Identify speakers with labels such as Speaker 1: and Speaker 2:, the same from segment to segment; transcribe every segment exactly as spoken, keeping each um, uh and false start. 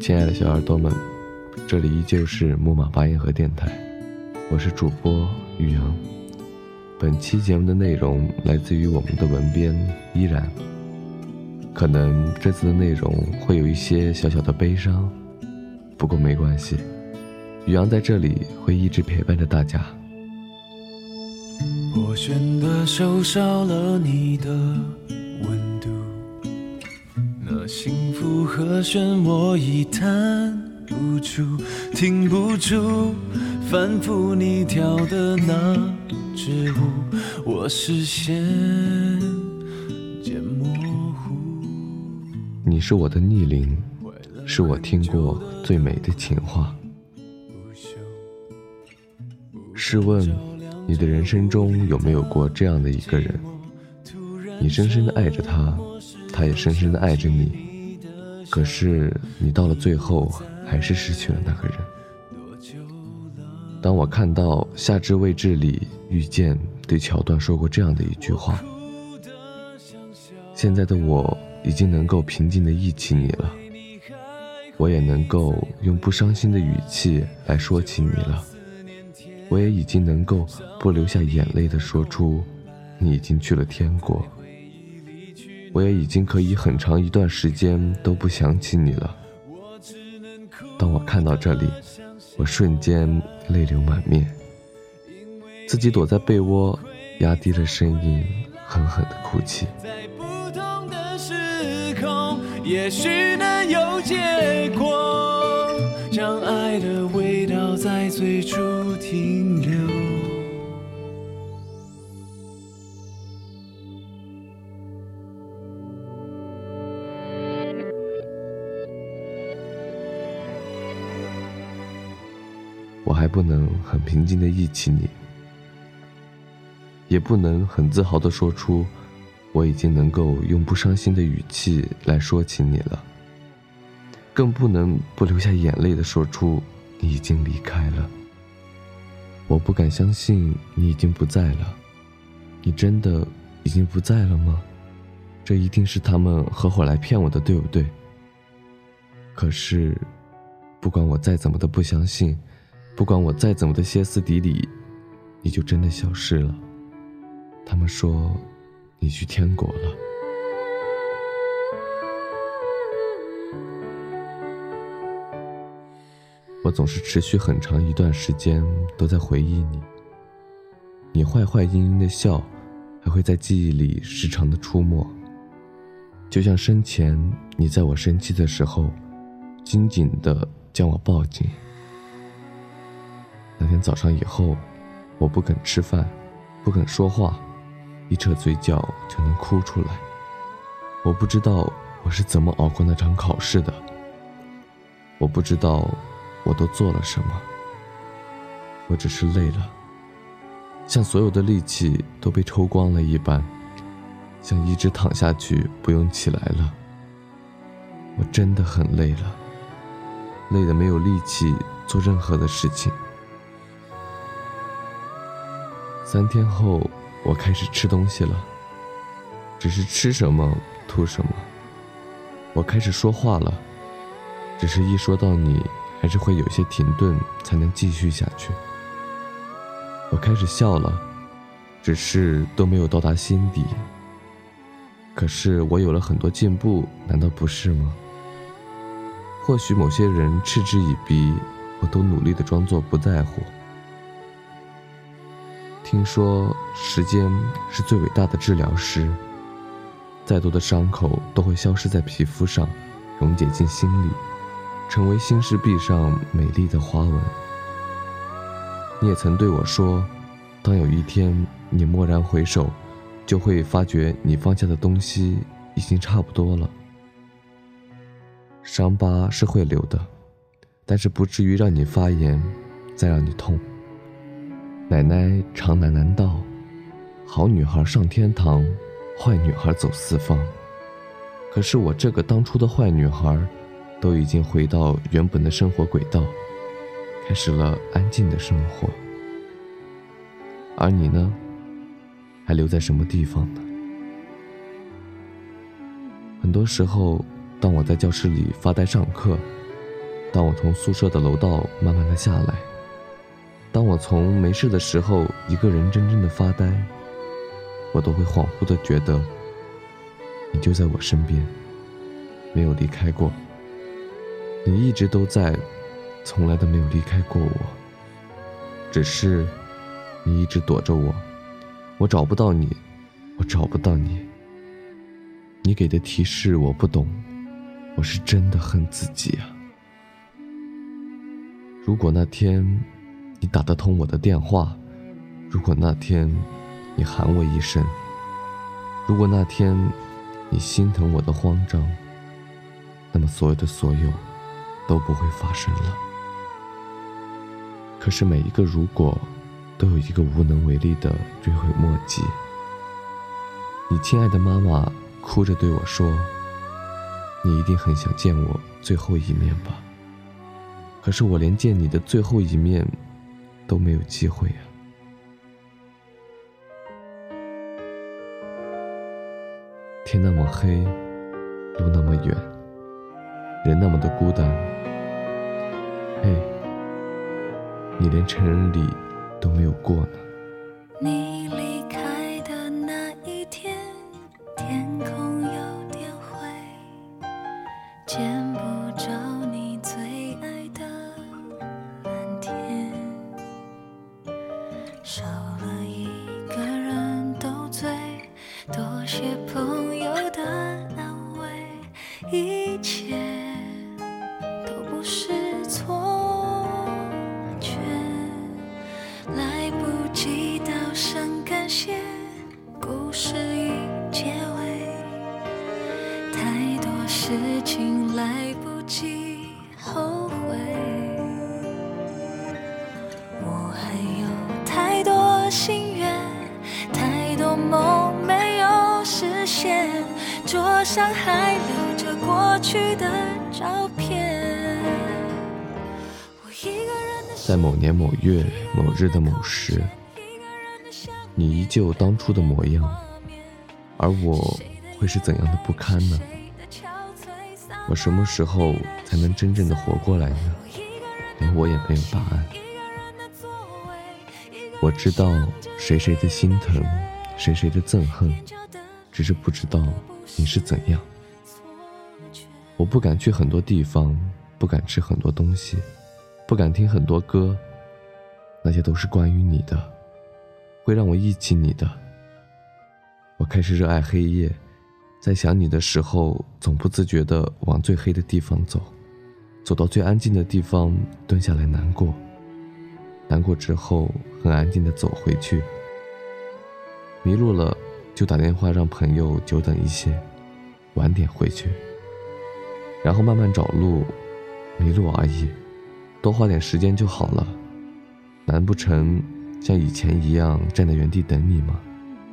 Speaker 1: 亲爱的小耳朵们，这里依旧是木马八音盒电台，我是主播玉阳。本期节目的内容来自于我们的文编依然，可能这次的内容会有一些小小的悲伤，不过没关系，玉阳在这里会一直陪伴着大家。
Speaker 2: 我选的手少了你的温度，那幸福和弦我已弹不出，听不出反复你跳的那支舞，我视线渐模糊。
Speaker 1: 你是我的逆鳞，是我听过最美的情话。试问你的人生中有没有过这样的一个人，你深深地爱着他，他也深深地爱着你，可是你到了最后还是失去了那个人。当我看到夏至未至里遇见对桥段说过这样的一句话，现在的我已经能够平静地忆起你了，我也能够用不伤心的语气来说起你了，我也已经能够不流下眼泪地说出你已经去了天国，我也已经可以很长一段时间都不想起你了。当我看到这里，我瞬间泪流满面，自己躲在被窝，压低了声音，狠狠地哭泣。
Speaker 2: 在不同的时空，也许能有结果，将爱的味道在最初停留。
Speaker 1: 我还不能很平静地忆起你，也不能很自豪地说出我已经能够用不伤心的语气来说起你了，更不能不流下眼泪地说出你已经离开了。我不敢相信你已经不在了，你真的已经不在了吗？这一定是他们合伙来骗我的，对不对？可是不管我再怎么的不相信，不管我再怎么的歇斯底里，你就真的消失了。他们说你去天国了。我总是持续很长一段时间都在回忆你，你坏坏阴阴的笑还会在记忆里时常的出没，就像生前你在我生气的时候紧紧地将我抱紧。那天早上以后，我不肯吃饭，不肯说话，一扯嘴角就能哭出来。我不知道我是怎么熬过那场考试的，我不知道我都做了什么，我只是累了，像所有的力气都被抽光了一般，像一直躺下去不用起来了。我真的很累了，累得没有力气做任何的事情。三天后，我开始吃东西了，只是吃什么吐什么。我开始说话了，只是一说到你，还是会有些停顿才能继续下去。我开始笑了，只是都没有到达心底。可是我有了很多进步，难道不是吗？或许某些人嗤之以鼻，我都努力地装作不在乎。听说时间是最伟大的治疗师，再多的伤口都会消失在皮肤上，溶解进心里，成为心事壁上美丽的花纹。你也曾对我说，当有一天你蓦然回首，就会发觉你放下的东西已经差不多了。伤疤是会留的，但是不至于让你发炎，再让你痛。奶奶常喃喃道，好女孩上天堂，坏女孩走四方。可是我这个当初的坏女孩都已经回到原本的生活轨道，开始了安静的生活。而你呢，还留在什么地方呢？很多时候，当我在教室里发呆上课， 当我从宿舍的楼道慢慢的下来，当我从没事的时候一个人真正的发呆，我都会恍惚的觉得你就在我身边，没有离开过。你一直都在，从来都没有离开过我，只是你一直躲着我，我找不到你，我找不到你。你给的提示我不懂，我是真的恨自己啊。如果那天你打得通我的电话，如果那天你喊我一声，如果那天你心疼我的慌张，那么所有的所有都不会发生了。可是每一个如果都有一个无能为力的追悔莫及。你亲爱的妈妈哭着对我说，你一定很想见我最后一面吧，可是我连见你的最后一面都没有机会啊。天那么黑，路那么远，人那么的孤单。嘿，你连成人礼都没有过呢。
Speaker 3: 你离开的那一天，天空有点灰，见不着你最爱的蓝天，少了一个人斗嘴，多些朋友的安慰，一切都不是错觉，来不及道声感谢，故事已结尾，太多事情来不及后悔，我还有太多心愿，太多梦没有实现，桌上还留着过去的照片。我一个人的
Speaker 1: 在某年某月某日的某时，你依旧当初的模样，而我会是怎样的不堪呢？我什么时候才能真正的活过来呢？连我也没有答案。我知道谁谁的心疼，谁谁的憎恨，只是不知道你是怎样。我不敢去很多地方，不敢吃很多东西，不敢听很多歌，那些都是关于你的，会让我忆起你的。我开始热爱黑夜，在想你的时候，总不自觉地往最黑的地方走，走到最安静的地方蹲下来难过，难过之后很安静地走回去，迷路了就打电话让朋友久等一些，晚点回去，然后慢慢找路，迷路而已，多花点时间就好了。难不成像以前一样站在原地等你吗？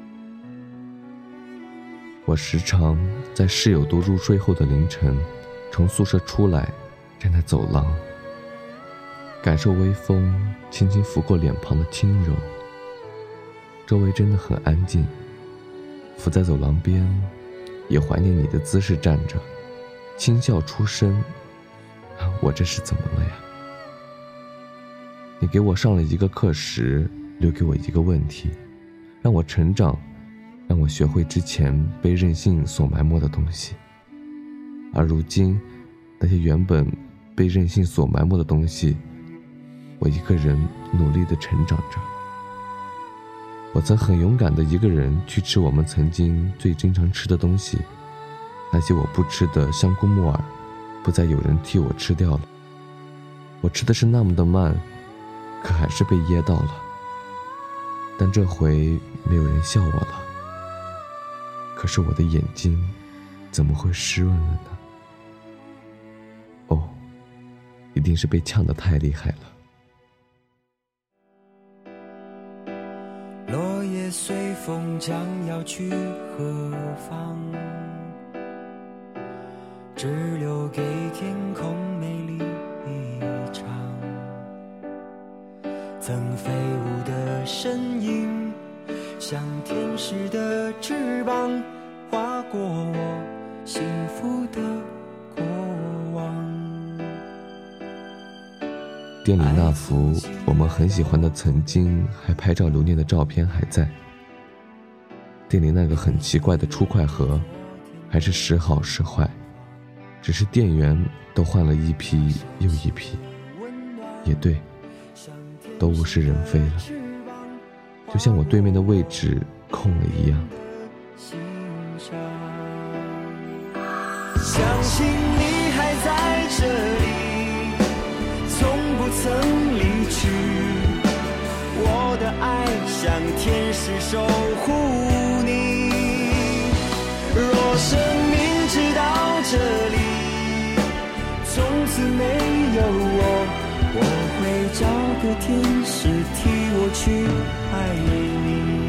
Speaker 1: 我时常在室友都入睡后的凌晨，从宿舍出来，站在走廊，感受微风轻轻拂过脸庞的轻柔。周围真的很安静，伏在走廊边，也怀念你的姿势站着，轻笑出声，我这是怎么了呀？你给我上了一个课时，留给我一个问题，让我成长，让我学会之前被任性所埋没的东西。而如今，那些原本被任性所埋没的东西，我一个人努力地成长着。我曾很勇敢的一个人去吃我们曾经最经常吃的东西，那些我不吃的香菇木耳，不再有人替我吃掉了。我吃的是那么的慢，可还是被噎到了。但这回没有人笑我了。可是我的眼睛怎么会湿润了呢？哦，一定是被呛得太厉害了。
Speaker 4: 落叶随风将要去何方？只留给天空美丽一场。曾飞舞的身影，像天使的翅膀，划过我幸福的过往。
Speaker 1: 店里那幅我们很喜欢的曾经还拍照留念的照片还在，店里那个很奇怪的出块盒还是时好时坏，只是店员都换了一批又一批。也对，都物是人非了，就像我对面的位置空了一样。
Speaker 4: 相信你还在这里，从不曾离去，我的爱像天使守护你。若生命直到这里，从此没有我，我会找个天使替我去爱你。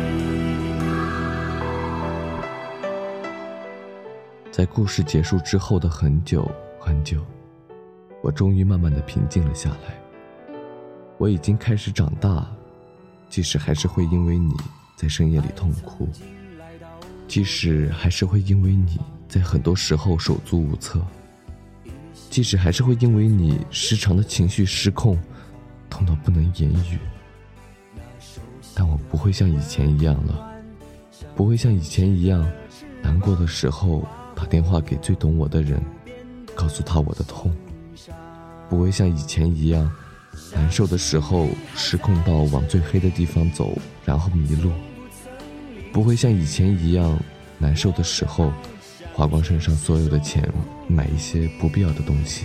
Speaker 1: 在故事结束之后的很久很久，我终于慢慢地平静了下来。我已经开始长大，即使还是会因为你在深夜里痛哭，即使还是会因为你在很多时候手足无措，即使还是会因为你时常的情绪失控，痛到不能言语，但我不会像以前一样了，不会像以前一样难过的时候打电话给最懂我的人，告诉他我的痛，不会像以前一样难受的时候失控到往最黑的地方走，然后迷路，不会像以前一样难受的时候花光身上所有的钱买一些不必要的东西。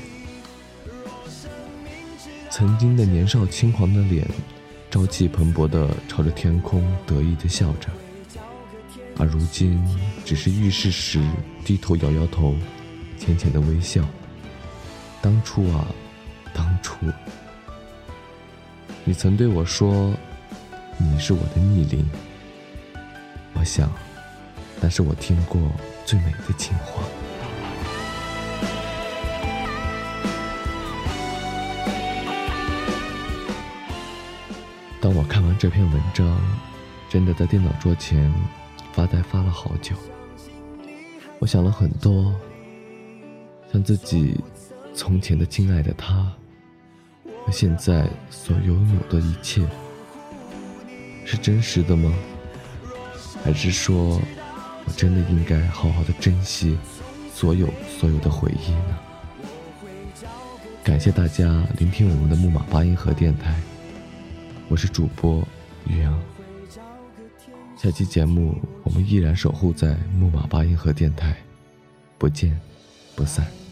Speaker 1: 曾经的年少轻狂的脸朝气蓬勃地朝着天空得意地笑着，而如今只是遇事时低头摇摇头，浅浅的微笑。当初啊，当初你曾对我说你是我的逆鳞，我想那是我听过最美的情话。当我看完这篇文章，真的在电脑桌前发呆发了好久。我想了很多，像自己从前的亲爱的他和现在所拥有的一切，是真实的吗？还是说我真的应该好好的珍惜所有所有的回忆呢？感谢大家聆听我们的木马八音盒电台，我是主播于洋。下期节目我们依然守护在木马八音盒电台，不见不散。